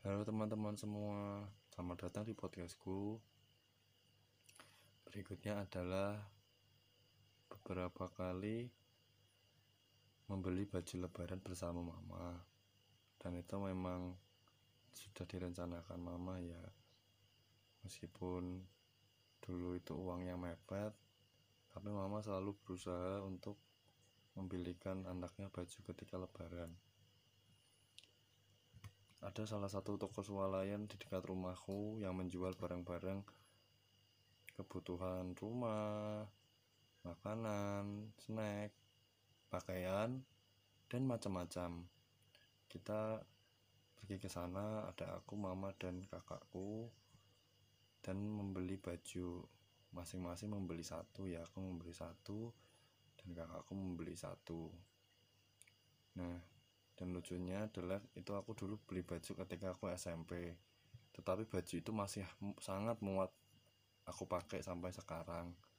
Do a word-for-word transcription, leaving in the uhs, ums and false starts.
Halo teman-teman semua, selamat datang di podcastku. Berikutnya adalah beberapa kali membeli baju lebaran bersama mama. Dan itu memang sudah direncanakan mama ya. Meskipun dulu itu uangnya mepet, tapi mama selalu berusaha untuk membelikan anaknya baju ketika lebaran. Ada salah satu toko swalayan di dekat rumahku yang menjual barang-barang kebutuhan rumah, makanan, snack, pakaian, dan macam-macam. Kita pergi ke sana, ada aku, mama, dan kakakku, dan membeli baju. Masing-masing membeli satu, ya aku membeli satu, dan kakakku membeli satu. Nah, dan lucunya adalah itu aku dulu beli baju ketika aku S M P, tetapi baju itu masih sangat muat aku pakai sampai sekarang.